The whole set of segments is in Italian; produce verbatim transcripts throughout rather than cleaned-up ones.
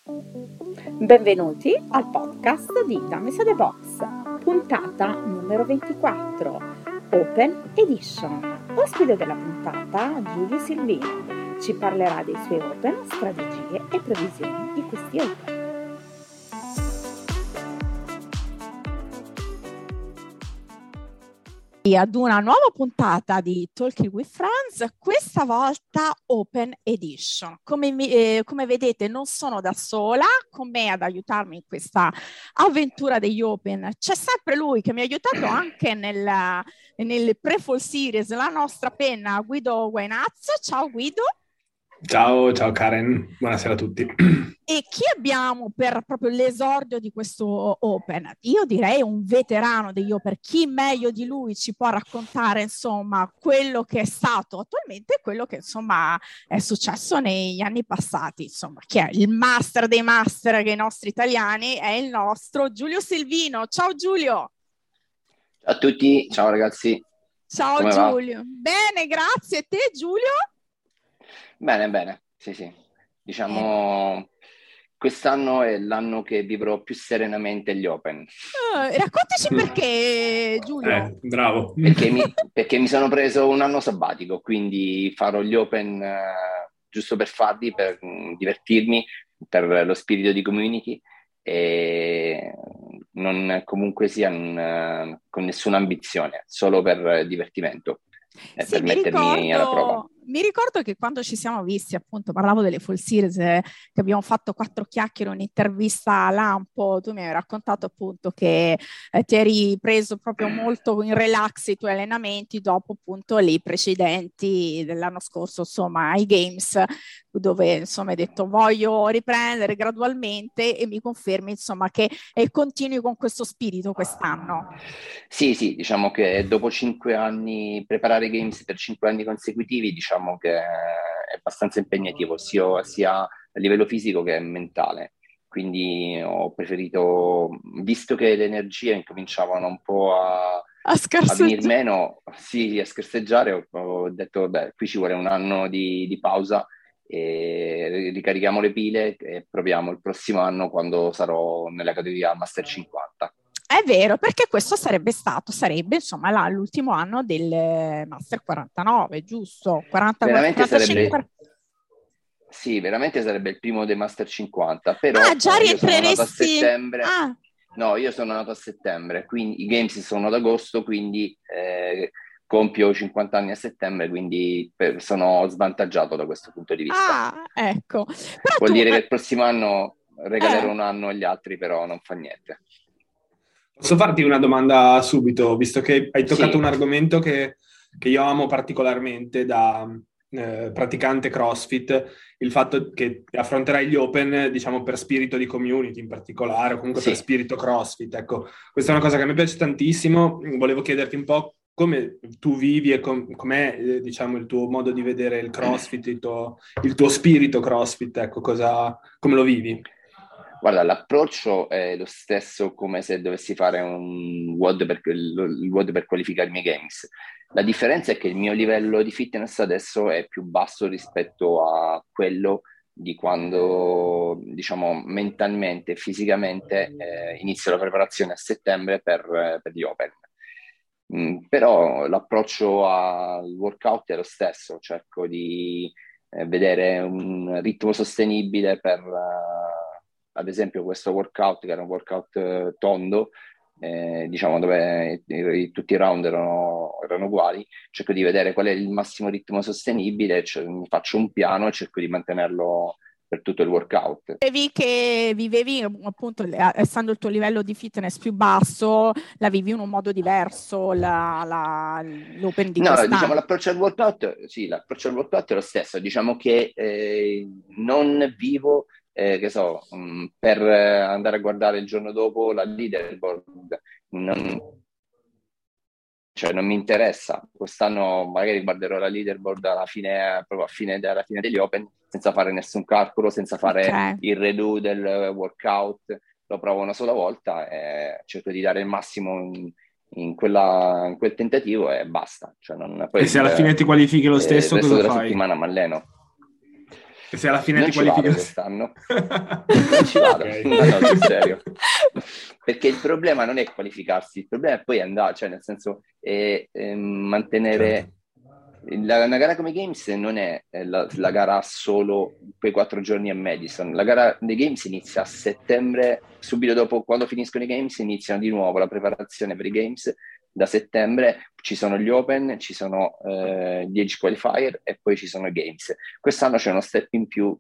Benvenuti al podcast di Dammi So The Box, puntata numero ventiquattro, Open Edition. Ospite della puntata, Giulio Silvino, ci parlerà dei suoi Open, strategie e previsioni di questi Open. Ad una nuova puntata di Talking with Friends, questa volta Open Edition. Come, mi, eh, come vedete non sono da sola, con me ad aiutarmi in questa avventura degli Open c'è sempre lui che mi ha aiutato anche nel, nel pre-fall series, la nostra penna, Guido Guainazzo. Ciao Guido. Ciao, ciao Karen, buonasera a tutti. E chi abbiamo per proprio l'esordio di questo Open? Io direi un veterano degli Open. Chi meglio di lui ci può raccontare insomma quello che è stato attualmente e quello che insomma è successo negli anni passati, insomma, chi è il master dei master dei nostri italiani è il nostro Giulio Silvino. Ciao Giulio. Ciao a tutti, ciao ragazzi. Ciao Come Giulio. va? Bene, grazie. E te Giulio? Bene, bene, sì, sì. Diciamo, eh. quest'anno è l'anno che vivrò più serenamente gli Open. Uh, raccontaci perché, Giulio. Eh, bravo. Perché mi, perché mi sono preso un anno sabbatico, quindi farò gli Open uh, giusto per farli, per um, divertirmi, per lo spirito di community e non comunque sia un, uh, con nessuna ambizione, solo per divertimento. Sì, per mi mettermi ricordo, alla prova. Mi ricordo che quando ci siamo visti, appunto, parlavo delle full series, eh, che abbiamo fatto quattro chiacchiere, un'intervista a Lampo, tu mi hai raccontato appunto che eh, ti eri preso proprio molto in relax i tuoi allenamenti dopo appunto i precedenti dell'anno scorso, insomma, ai Games, dove insomma hai detto voglio riprendere gradualmente e mi confermi insomma che eh, continui con questo spirito quest'anno. Sì, sì, diciamo che dopo cinque anni, preparare Games per cinque anni consecutivi, diciamo che è abbastanza impegnativo, sia, sia a livello fisico che mentale. Quindi ho preferito, visto che le energie incominciavano un po' a, a, a venire meno, sì, a scarseggiare, ho, ho detto, beh, qui ci vuole un anno di, di pausa e ricarichiamo le pile e proviamo il prossimo anno quando sarò nella categoria Master cinquanta. È vero, perché questo sarebbe stato, sarebbe insomma là, l'ultimo anno del Master quarantanove, giusto? quaranta, veramente quarantacinque. sarebbe, sì, veramente sarebbe il primo dei Master cinquanta, però ah, già eh, io sono nato a rientreresti... settembre, ah. no, io sono nato a settembre, quindi i Games sono ad agosto, quindi eh, compio cinquanta anni a settembre, quindi per, sono svantaggiato da questo punto di vista. Ah, ecco. Però Vuol tu, dire ma... che il prossimo anno regalerò eh. un anno agli altri, però non fa niente. Posso farti una domanda subito, visto che hai toccato Sì. un argomento che, che io amo particolarmente da eh, praticante CrossFit, il fatto che affronterai gli Open, diciamo, per spirito di community in particolare, o comunque Sì. per spirito CrossFit. Ecco, questa è una cosa che a me piace tantissimo. Volevo chiederti un po' come tu vivi e com- com'è, eh, diciamo, il tuo modo di vedere il CrossFit, il tuo, il tuo spirito CrossFit, ecco, cosa, come lo vivi? Guarda, l'approccio è lo stesso come se dovessi fare un W O D per, il W O D per qualificarmi ai Games. La differenza è che il mio livello di fitness adesso è più basso rispetto a quello di quando, diciamo, mentalmente e fisicamente eh, inizio la preparazione a settembre per, per gli Open. Mm, però l'approccio al workout è lo stesso, cerco di eh, vedere un ritmo sostenibile per... Uh, ad esempio questo workout che era un workout eh, tondo, eh, diciamo dove i, i, tutti i round erano, erano uguali, cerco di vedere qual è il massimo ritmo sostenibile, cioè, mi faccio un piano e cerco di mantenerlo per tutto il workout. Vivevi che vivevi appunto, essendo il tuo livello di fitness più basso, la vivi in un modo diverso, la, la, l'Open di no, quest'anno? Diciamo l'approccio al workout, sì, l'approccio al workout è lo stesso, diciamo che eh, non vivo Eh, che so, mh, per andare a guardare il giorno dopo la leaderboard, non, cioè non mi interessa. Quest'anno magari guarderò la leaderboard alla fine, proprio a fine, alla fine degli Open, senza fare nessun calcolo, senza fare okay. il redo del workout, lo provo una sola volta e cerco di dare il massimo in, in, quella, in quel tentativo e basta. Cioè non, poi E se alla il, fine ti qualifichi lo eh, stesso, il resto cosa della fai? settimana mi alleno. E se alla fine non ti ci vado qualifichi quest'anno. Non ci vado, Ok. no, no, sul serio. Perché il problema non è qualificarsi, il problema è poi andare, cioè nel senso è, è mantenere... Certo. La, una gara come Games non è eh, la, la gara solo quei quattro giorni a Madison. La gara dei Games inizia a settembre, subito dopo, quando finiscono i Games, iniziano di nuovo la preparazione per i Games. Da settembre ci sono gli Open, ci sono eh, gli Age Qualifier e poi ci sono i Games. Quest'anno c'è uno step in più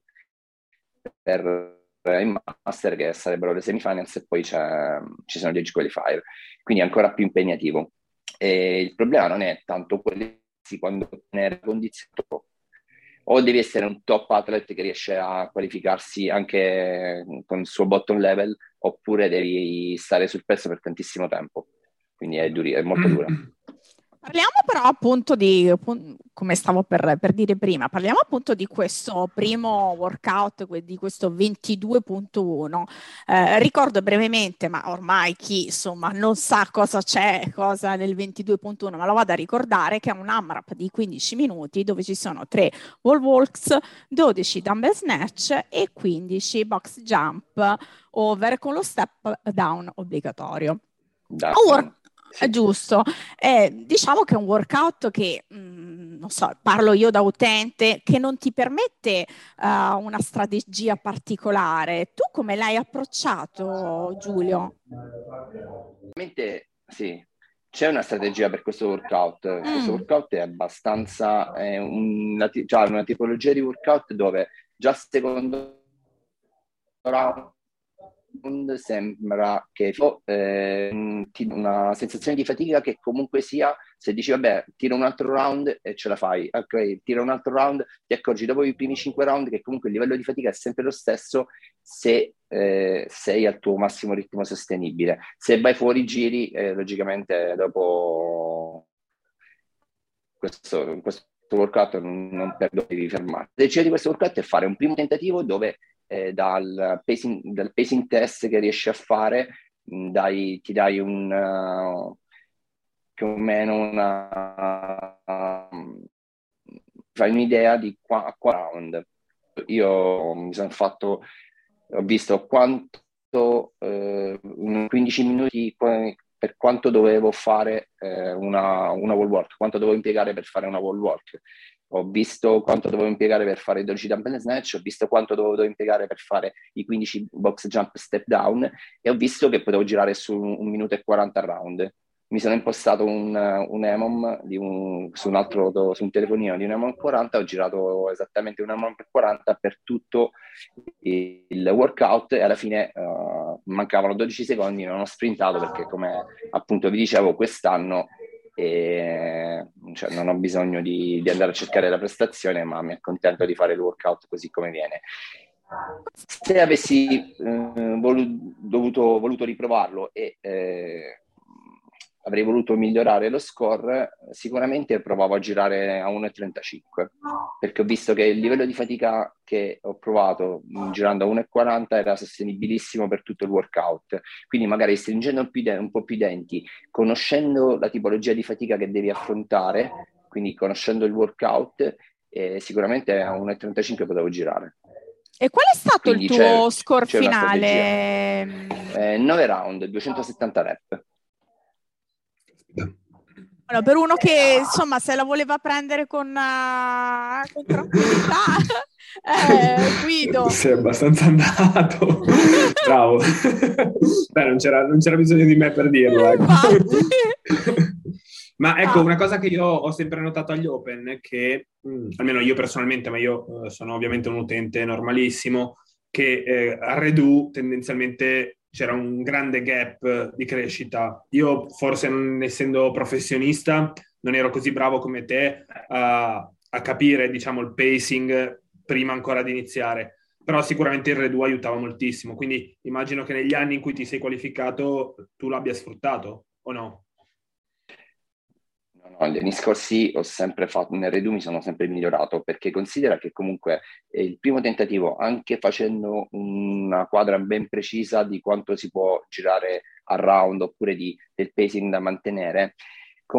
per eh, i Master, che sarebbero le semifinals, e poi c'è, ci sono gli Age Qualifier, quindi è ancora più impegnativo. E il problema non è tanto quelli quando ne condizione, o devi essere un top athlete che riesce a qualificarsi anche con il suo bottom level, oppure devi stare sul pezzo per tantissimo tempo, quindi è, duri- è molto dura. Parliamo però appunto di, come stavo per, per dire prima, parliamo appunto di questo primo workout, di questo ventidue punto uno. Eh, ricordo brevemente, ma ormai chi insomma non sa cosa c'è, cosa nel ventidue punto uno, ma lo vado a ricordare, che è un AMRAP di quindici minuti dove ci sono tre wall walks, dodici dumbbell snatch e quindici box jump over con lo step down obbligatorio. Da, Or- sì. Giusto. Eh, diciamo che è un workout che, mh, non so, parlo io da utente, che non ti permette uh, una strategia particolare. Tu come l'hai approcciato, Giulio? Ovviamente sì, c'è una strategia per questo workout. Mm. Questo workout è abbastanza è una, cioè una tipologia di workout dove già secondo round sembra che eh, una sensazione di fatica che comunque sia, se dici vabbè tira un altro round e ce la fai, ok, tira un altro round, ti accorgi dopo i primi cinque round che comunque il livello di fatica è sempre lo stesso se eh, sei al tuo massimo ritmo sostenibile. Se vai fuori giri, eh, logicamente dopo questo, questo workout non, non perdo, devi fermare. La strategia di questo workout è fare un primo tentativo dove eh, dal, pacing, dal pacing test che riesci a fare mh, dai, ti dai un uh, più o meno una uh, fai un'idea di qua, qua round. Io mi sono fatto, ho visto quanto eh, in quindici minuti per quanto dovevo fare eh, una, una wall walk, quanto dovevo impiegare per fare una wall walk. Ho visto quanto dovevo impiegare per fare i dodici dumbbell snatch, ho visto quanto dovevo impiegare per fare i quindici box jump step down e ho visto che potevo girare su un minuto e quaranta round. Mi sono impostato un, un E M O M di un, su un altro su un telefonino di un E M O M quaranta, ho girato esattamente un E M O M quaranta per tutto il workout e alla fine uh, mancavano dodici secondi, non ho sprintato perché, come appunto vi dicevo, quest'anno e cioè, non ho bisogno di, di andare a cercare la prestazione, ma mi accontento di fare il workout così come viene. Se avessi eh, volu- dovuto, voluto riprovarlo e eh, avrei voluto migliorare lo score, sicuramente provavo a girare a uno e trentacinque, perché ho visto che il livello di fatica che ho provato girando a uno e quaranta era sostenibilissimo per tutto il workout. Quindi magari stringendo un, più de- un po' più i denti, conoscendo la tipologia di fatica che devi affrontare, quindi conoscendo il workout, eh, sicuramente a uno e trentacinque potevo girare. E qual è stato Quindi il tuo c'è, score c'è una finale? Eh, nove round, duecentosettanta rep. Allora, per uno che insomma se la voleva prendere con, uh, con tranquillità, eh, Guido. Sei abbastanza andato. Bravo. Beh, non c'era, non c'era bisogno di me per dirlo. Ecco. Ma ecco, Ah. una cosa che io ho sempre notato agli Open è che, mh, almeno io personalmente, ma io eh, sono ovviamente un utente normalissimo, che eh, a Redu tendenzialmente c'era un grande gap di crescita. Io, forse non essendo professionista, non ero così bravo come te a, a capire, diciamo, il pacing prima ancora di iniziare. Però sicuramente il Redu aiutava moltissimo. Quindi immagino che negli anni in cui ti sei qualificato tu l'abbia sfruttato, o no? No, gli anni scorsi ho sempre fatto, nel Redu mi sono sempre migliorato, perché considera che comunque è il primo tentativo, anche facendo una quadra ben precisa di quanto si può girare a round oppure di, del pacing da mantenere,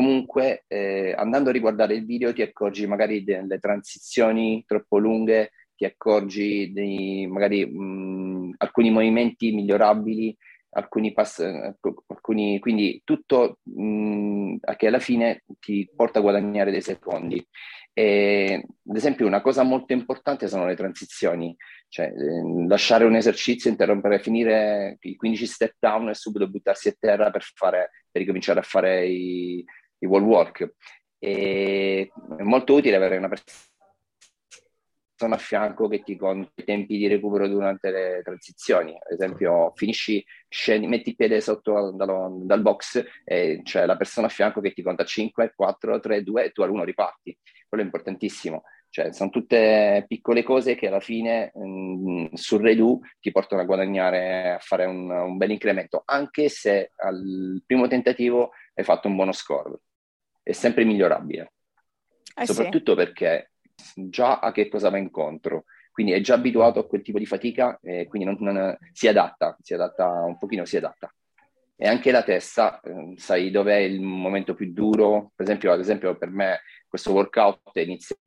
comunque eh, andando a riguardare il video ti accorgi magari delle transizioni troppo lunghe, ti accorgi di magari mh, alcuni movimenti migliorabili, alcuni pass, alcuni, quindi tutto mh, che alla fine ti porta a guadagnare dei secondi. E, ad esempio, una cosa molto importante sono le transizioni, cioè eh, lasciare un esercizio, interrompere, finire i quindici step down e subito buttarsi a terra per, fare, per ricominciare a fare i, i wall walk. E è molto utile avere una persona a fianco che ti conta i tempi di recupero durante le transizioni. Ad esempio, finisci, scendi, metti il piede sotto dallo, dal box e c'è la persona a fianco che ti conta cinque, quattro, tre, due e tu all'uno riparti. Quello è importantissimo. Cioè, sono tutte piccole cose che alla fine mh, sul redo ti portano a guadagnare, a fare un, un bel incremento, anche se al primo tentativo hai fatto un buono score. È sempre migliorabile. Eh Soprattutto sì. perché già a che cosa va incontro, quindi è già abituato a quel tipo di fatica e quindi non, non, si adatta, si adatta un pochino, si adatta. E anche la testa, eh, sai dov'è il momento più duro? Per esempio, ad esempio per me questo workout è iniziato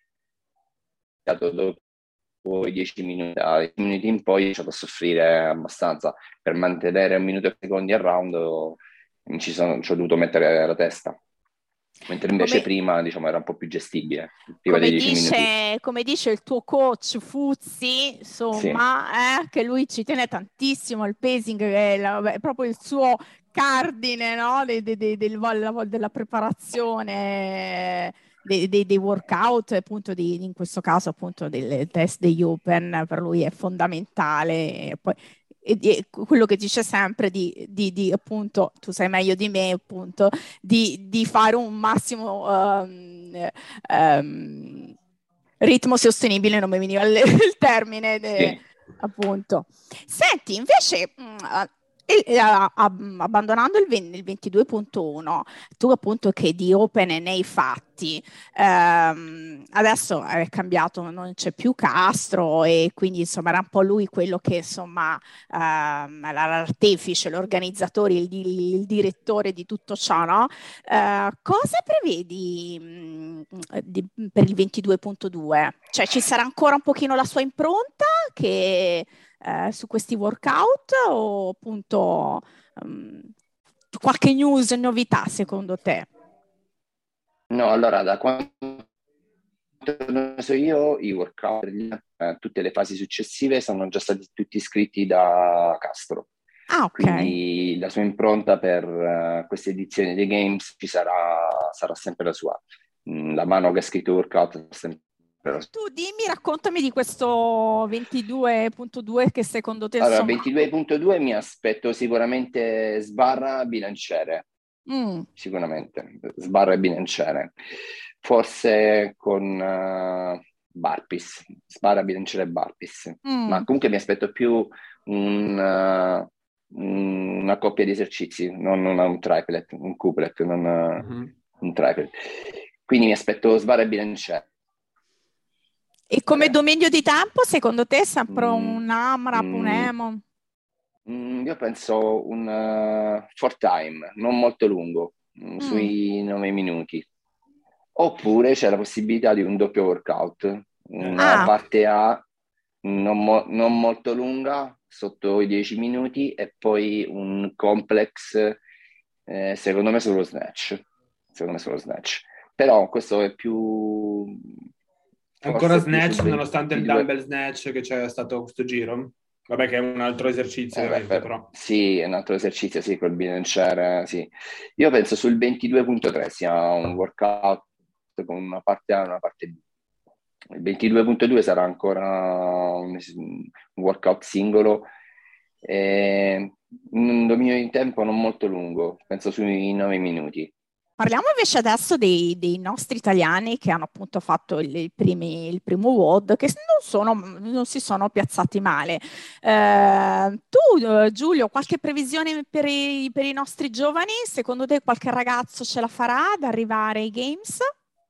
dopo i dieci minuti, da dieci minuti in poi ho iniziato a soffrire abbastanza. Per mantenere un minuto e secondi al round ci, sono, ci ho dovuto mettere la testa. Mentre invece Come, prima, diciamo, era un po' più gestibile, prima dei come dieci minuti. dice, come dice il tuo coach Fuzzi, Sì, insomma, eh, che lui ci tiene tantissimo al pacing, che è, la- è proprio il suo cardine, no? De- de- de- del vol- della preparazione dei, dei- dei workout, appunto, di, in questo caso appunto del test degli Open, per lui è fondamentale. E poi, e, e quello che dice sempre di, di- di, appunto, tu sai meglio di me, appunto, di, di fare un massimo ehm, ehm, ritmo sostenibile, non mi veniva il, il termine, de- sì. appunto. Senti, invece, mh, eh, eh, a- a- abbandonando il, venti il ventidue punto uno, tu appunto che di Open ne hai fatti, ehm, adesso è cambiato, non c'è più Castro e quindi insomma era un po' lui quello che insomma ehm, era l'artefice, l'organizzatore, il, di- il direttore di tutto ciò, no? Eh, cosa prevedi mh, di- per il ventidue punto due? Cioè ci sarà ancora un pochino la sua impronta che, eh, su questi workout o appunto um, qualche news, novità secondo te? No, allora, da quanto ne so io, i workout, eh, tutte le fasi successive sono già stati tutti iscritti da Castro. Ah, ok. Quindi la sua impronta per uh, queste edizioni dei Games ci sarà, sarà sempre la sua. Mm, la mano che ha scritto workout è sempre la sua. Tu dimmi, raccontami di questo ventidue punto due che secondo te Allora, insomma... ventidue punto due mi aspetto sicuramente sbarra bilanciere, Mm, sicuramente, sbarra e bilanciere. Forse con uh, burpees, sbarra, bilanciere e burpees. Ma mm. comunque mi aspetto più un, uh, un- una coppia di esercizi, non una- un triplet, un couplet, non Mhm. uh, un triplet. Quindi mi aspetto sbarra e bilanciere. E come dominio di tempo, secondo te, sempre Mm, un AMRAP, un mm, EMO? Mm, io penso un uh, for time, non molto lungo, mm, Mm. sui nove minuti. Oppure c'è la possibilità di un doppio workout, Eh, una Ah, parte A non, mo- non molto lunga, sotto i dieci minuti, e poi un complex, eh, secondo me solo snatch. Secondo me solo snatch. Però questo è più, ancora forse più sul snatch, nonostante il ventidue. dumbbell snatch che c'è stato questo giro. Vabbè, che è un altro esercizio, Eh beh, ovviamente, per- però. sì, è un altro esercizio, sì, col bilanciere, sì. Io penso sul ventidue punto tre sia un workout con una parte A e una parte B. Il ventidue punto due sarà ancora un, un workout singolo, e un dominio di tempo non molto lungo, penso sui nove minuti. parliamo invece adesso dei, dei nostri italiani che hanno appunto fatto il, il primi- il primo W O D, che non, sono, non si sono piazzati male. Eh, tu, eh, Giulio, qualche previsione per i, per i nostri giovani? Secondo te qualche ragazzo ce la farà ad arrivare ai Games?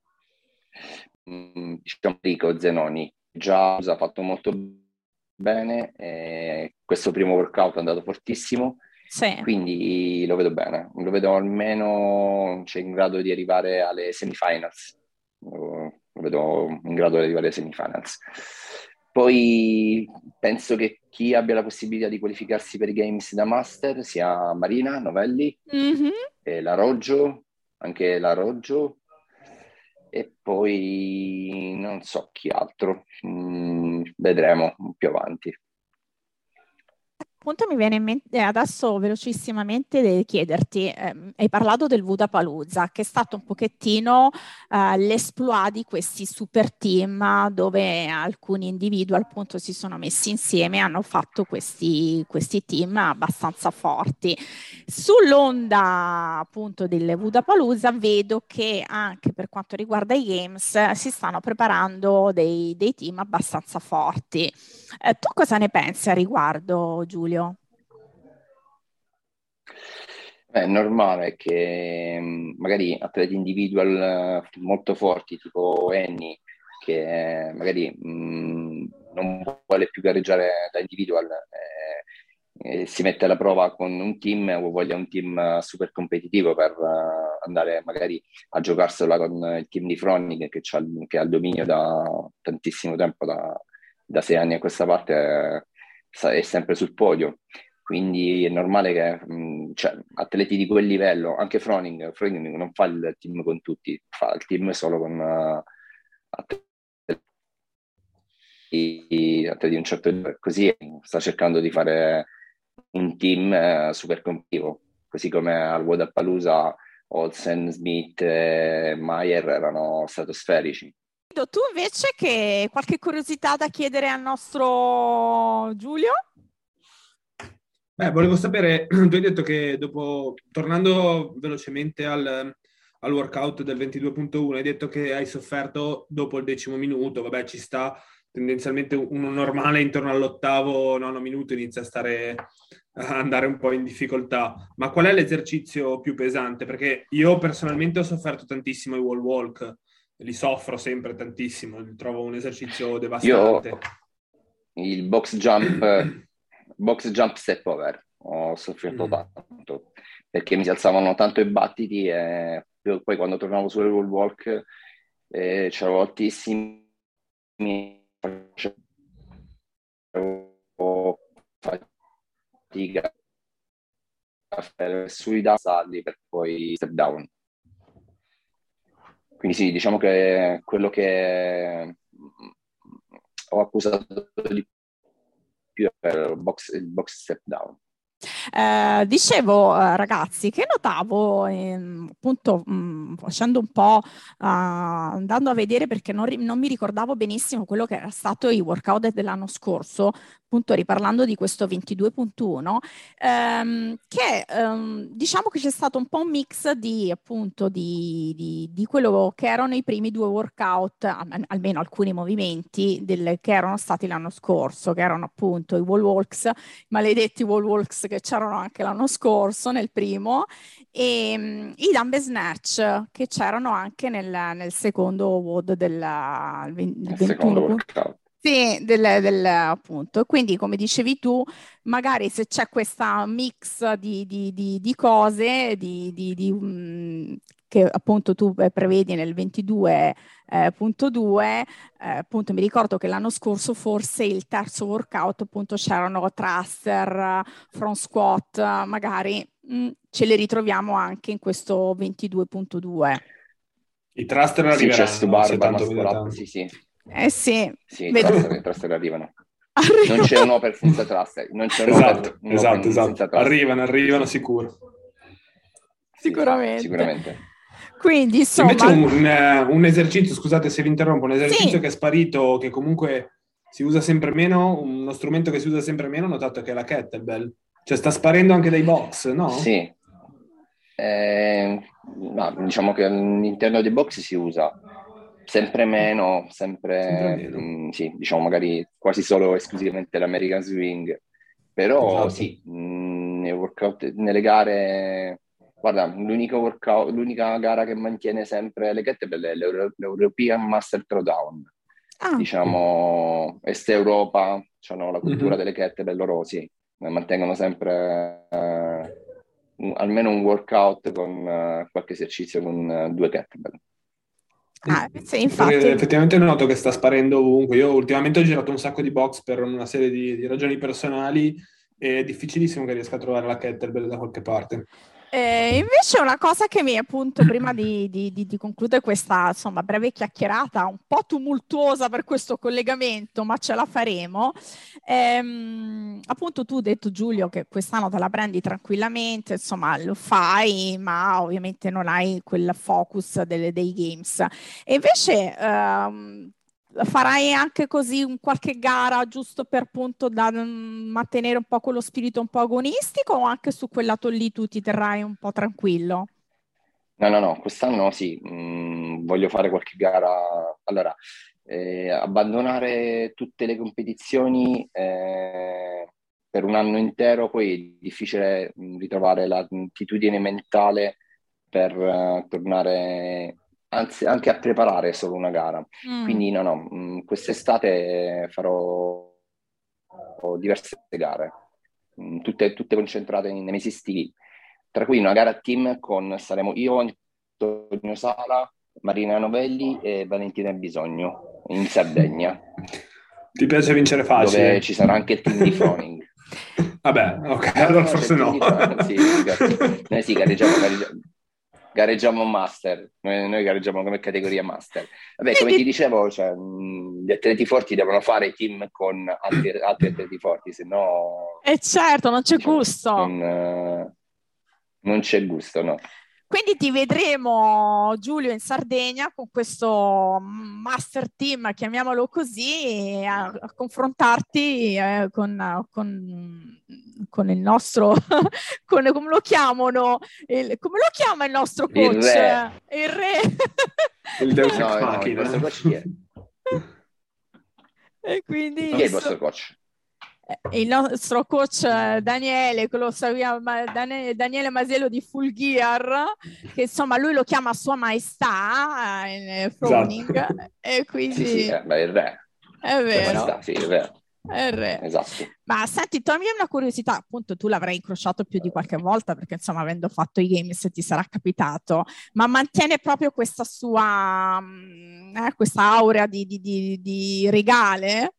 Mm, diciamo Rico Zenoni già ha fatto molto bene, e questo primo workout è andato fortissimo, Sì. quindi lo vedo bene, lo vedo almeno cioè, in grado di arrivare alle semifinals, lo lo vedo in grado di arrivare alle semifinals. Poi penso che chi abbia la possibilità di qualificarsi per i Games da Master sia Marina Novelli, Mhm. e la Roggio, anche la Roggio, e poi non so chi altro. Mm, vedremo più avanti. Appunto mi viene in mente adesso velocissimamente di chiederti, ehm, hai parlato del Wodapalooza, che è stato un pochettino eh, l'esploit di questi super team dove alcuni individui appunto si sono messi insieme e hanno fatto questi, questi team abbastanza forti. Sull'onda appunto del Wodapalooza vedo che anche per quanto riguarda i games eh, si stanno preparando dei, dei team abbastanza forti. Eh, tu cosa ne pensi a riguardo, Giulio? È normale che mh, magari atleti individual eh, molto forti, tipo Annie, che eh, magari mh, non vuole più gareggiare da individual, eh, e si mette alla prova con un team o voglia un team eh, super competitivo per eh, andare magari a giocarsela con il team di Froning che, c'ha- che ha il dominio da tantissimo tempo, da, da sei anni a questa parte, eh, sa- è sempre sul podio. Quindi è normale che mh, cioè, atleti di quel livello, anche Froning, Froning non fa il team con tutti, fa il team solo con uh, atleti, atleti di un certo livello. Così sta cercando di fare un team eh, super competitivo, così come al Wodapalooza Olsen, Smith e Mayer erano stratosferici. Tu invece che qualche curiosità da chiedere al nostro Giulio? Beh, volevo sapere, tu hai detto che dopo, tornando velocemente al, al workout del ventidue punto uno, hai detto che hai sofferto dopo il decimo minuto, vabbè ci sta, tendenzialmente uno normale intorno all'ottavo, nono minuto inizia a stare, a andare un po' in difficoltà, ma qual è l'esercizio più pesante? Perché io personalmente ho sofferto tantissimo i wall walk, li soffro sempre tantissimo, li trovo un esercizio Io devastante. il box jump, box jump step over, ho sofferto Mm. tanto perché mi si alzavano tanto i battiti e poi quando tornavo sulle wall walk eh, c'avevo altissimi, facevo fatica a fare sui da salli per poi step down. Quindi sì, diciamo che quello che ho accusato di più è il box, il box step down. Eh, dicevo, eh, ragazzi, che notavo, ehm, appunto, mh, facendo un po', eh, andando a vedere perché non, ri- non mi ricordavo benissimo quello che era stato i workout dell'anno scorso, appunto riparlando di questo ventidue punto uno, ehm, che ehm, diciamo che c'è stato un po' un mix di, appunto, di, di- di quello che erano i primi due workout, al- almeno alcuni movimenti del- che erano stati l'anno scorso, che erano appunto i wall walks, maledetti wall walks che c'erano anche l'anno scorso nel primo, e mh, i dumbbell snatch che c'erano anche nel, nel secondo W O D del, del Il secondo ventuno. workout. Sì, del, del, appunto. Quindi, come dicevi tu, magari se c'è questa mix di, di- di- di cose di, di- di, mm, che appunto tu eh, prevedi nel ventidue punto due, eh, appunto mi ricordo che l'anno scorso forse il terzo workout appunto c'erano thruster, front squat, magari mm, ce le ritroviamo anche in questo ventidue punto due. I thruster Sì, chest to arriveranno, bar, se bar tanto mi muscle dà up, tanto. sì, sì, Eh sì, sì, i vedo. thruster, i thruster arrivano. Non c'è un Arrivano. open senza thruster, non c'è un open, Esatto, un esatto, open esatto. senza thruster. Arrivano, Sì, arrivano sì, sicuro. sì, sì, Sicuramente. sicuramente. Quindi, Invece insomma, un, eh, un esercizio, scusate se vi interrompo, un esercizio sì, che è sparito, che comunque si usa sempre meno, uno strumento che si usa sempre meno, ho notato che è la kettlebell. Cioè sta sparendo anche dai box, no? Sì, eh, ma diciamo che all'interno dei box si usa sempre meno, Sempre sempre, meno. mh, sì, diciamo magari quasi solo esclusivamente l'American Swing, però Esatto. sì, mh, nei workout, nelle gare, guarda, l'unico workout, l'unica gara che mantiene sempre le kettlebell è l'Euro- l'European Master Throwdown, ah, diciamo, Est Europa, hanno la cultura Mhm. delle kettlebell, loro sì, mantengono sempre eh, un- almeno un workout con eh, qualche esercizio con eh, due kettlebell. Ah, sì, Perché infatti. effettivamente noto che sta sparendo ovunque. Io ultimamente ho girato un sacco di box per una serie di, di ragioni personali e è difficilissimo che riesca a trovare la kettlebell da qualche parte. Eh, invece una cosa che mi appunto prima di, di- di- di concludere questa insomma breve chiacchierata un po' tumultuosa per questo collegamento, ma ce la faremo. Ehm, appunto tu hai detto Giulio che quest'anno te la prendi tranquillamente, insomma lo fai, ma ovviamente non hai quel focus delle- dei games. E invece ehm, farai anche così un qualche gara giusto per appunto da mm, mantenere un po' quello spirito un po' agonistico o anche su quel lato lì tu ti terrai un po' tranquillo? No, no, no, quest'anno sì, mh, voglio fare qualche gara. Allora, eh, abbandonare tutte le competizioni eh, per un anno intero, poi è difficile mh, ritrovare l'attitudine mentale per eh, tornare, anzi, anche a preparare solo una gara. Mm. Quindi no, no, mh, quest'estate farò diverse gare, mh, tutte, tutte concentrate nei mesi estivi, tra cui una gara a team con saremo io, Antonio Sala, Marina Novelli e Valentina Bisogno in Sardegna, Ti piace vincere dove facile? ci sarà anche il team di Froning. Vabbè, ok, No, no, allora no, c'è il forse team no. di Froning, sì, sì, ga- noi sì, gareggiamo, gareggiamo, gareggiamo master, noi, noi gareggiamo come categoria master. Vabbè, come ti Quindi, dicevo, cioè, mh, gli atleti forti devono fare i team con altri, altri atleti forti, se no, eh certo, non c'è diciamo, gusto. non, eh, non c'è gusto, no. Quindi ti vedremo, Giulio, in Sardegna con questo master team, chiamiamolo così, a, a confrontarti eh, con, con- con il nostro, con, come lo chiamano, il- come lo chiama il nostro Il coach? re, Il re. Il Deus Ex no, no, il Machina. vostro coach chi è? E Chi quindi è il so- vostro coach? eh, il nostro coach eh, Daniele, che lo sappiamo, ma- Dane- Daniele Masiello di Full Gear, che insomma lui lo chiama Sua Maestà eh, in Esatto. Froning, e Sì, sì, quindi eh, beh, il re, è Sua vero, Maestà, sì, il re, è il re. esatto. Ma senti, toglimi una curiosità, appunto tu l'avrai incrociato più di qualche volta perché insomma avendo fatto i games ti sarà capitato, ma mantiene proprio questa sua, mm, eh, questa aurea di, di, di, di regale?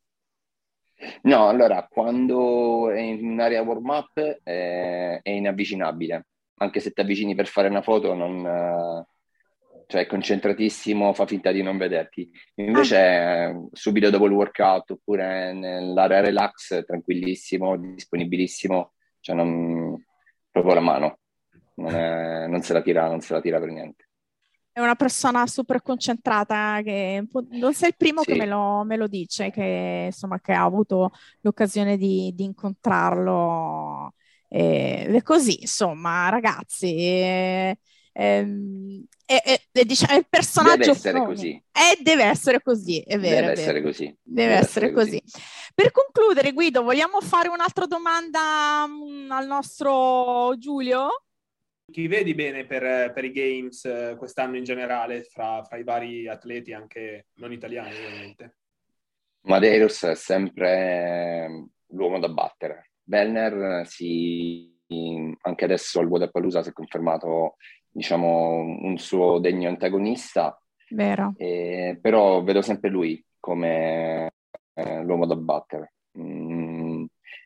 No, allora, quando è in area warm-up eh, è inavvicinabile, anche se ti avvicini per fare una foto, non, eh, cioè è concentratissimo, fa finta di non vederti. Ah. Invece, eh, subito dopo il workout oppure nell'area relax, tranquillissimo, disponibilissimo, cioè non, proprio la mano, non, è- non se la tira, non se la tira per niente. È una persona super concentrata che non sei il primo che me Sì. lo, me lo dice, che insomma che ha avuto l'occasione di, di incontrarlo. Eh, Ed è così, insomma, ragazzi. eh, ehm, è, è- è, diciamo, è il Deve personaggio essere Froning. così, E deve essere così, è vero, è deve vero. essere così, Deve deve essere essere così. così. Per concludere, Guido, vogliamo fare un'altra domanda mm, al nostro Giulio? Chi vedi bene per, per i games eh, quest'anno in generale, fra, fra i vari atleti, anche non italiani ovviamente? Madeiros è sempre eh, l'uomo da battere. Bellner si, anche adesso al Wodapalooza si è confermato, diciamo, un suo degno antagonista, Vero. eh, però vedo sempre lui come eh, l'uomo da battere. Mm,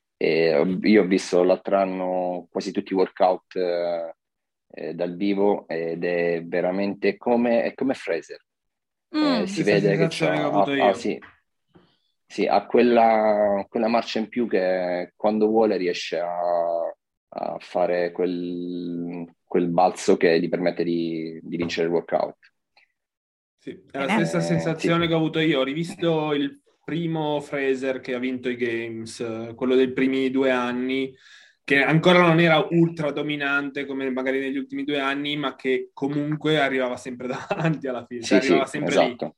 e io ho visto l'altro anno quasi tutti i workout eh, eh, dal vivo ed è veramente come, è come Fraser. Eh, Mm. si Stessa vede che sensazione che ho avuto c'ha, ah, io. sì, sì, ha quella, quella marcia in più che quando vuole riesce a, a fare quel, quel balzo che gli permette di, di vincere il workout. Sì, è la Bene. stessa Eh, sì. sensazione che ho avuto io. Ho rivisto il primo Fraser che ha vinto i Games, eh, quello dei primi due anni, che ancora non era ultra dominante come magari negli ultimi due anni, ma che comunque arrivava sempre davanti alla fine, cioè Sì, arrivava sì, sempre lì. esatto.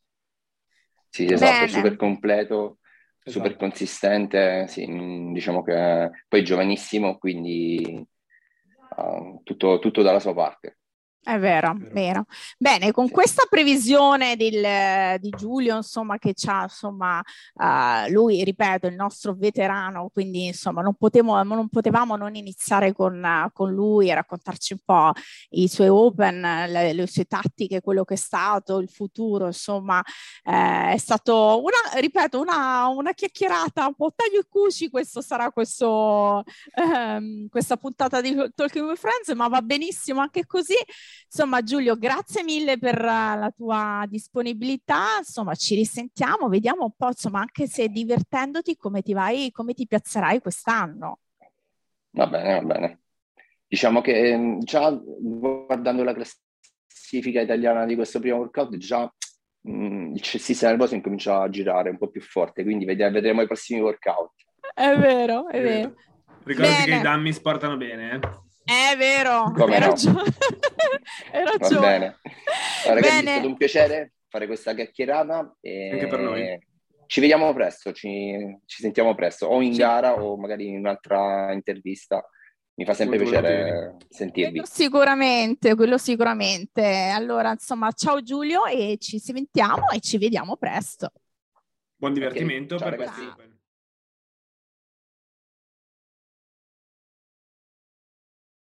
Sì, esatto, super Bene. completo, super Esatto. consistente, sì, mm, diciamo che poi è giovanissimo, quindi ah, tutto, tutto dalla sua parte. È vero, Vero. vero. Bene, con Sì. questa previsione del- di Giulio, insomma, che c'ha, insomma, eh, lui, ripeto, il nostro veterano, quindi, insomma, non potevo- non potevamo non iniziare con, eh, con lui e raccontarci un po' i suoi open, le, le sue tattiche, quello che è stato, il futuro, insomma, eh, è stato una, ripeto, una, una chiacchierata un po' taglio e cuci, questo sarà questo, ehm, questa puntata di Talking with Friends, ma va benissimo anche così. Insomma, Giulio, grazie mille per uh, la tua disponibilità. Insomma, ci risentiamo, vediamo un po', insomma, anche se divertendoti, come ti vai, come ti piazzerai quest'anno. Va bene, va bene. Diciamo che ehm, già guardando la classifica italiana di questo primo workout, già mh, il cestista nervoso incomincia a girare un po' più forte, quindi vediamo, vedremo i prossimi workout. È vero, è È vero. vero. Ricordati che i Bene, dummies portano bene, eh? è vero, Come hai no? ragione. Hai Va ragione. bene. Allora, ragazzi, è stato Bene, un piacere fare questa chiacchierata Anche per noi. e ci vediamo presto, ci, ci sentiamo presto, o in Ci- gara o magari in un'altra intervista. Mi fa sempre Molto piacere volentieri. sentirvi. quello sicuramente, quello sicuramente. Allora, insomma, ciao Giulio e ci sentiamo e ci vediamo presto. Buon Ok, divertimento ciao per ragazzi. questi Open.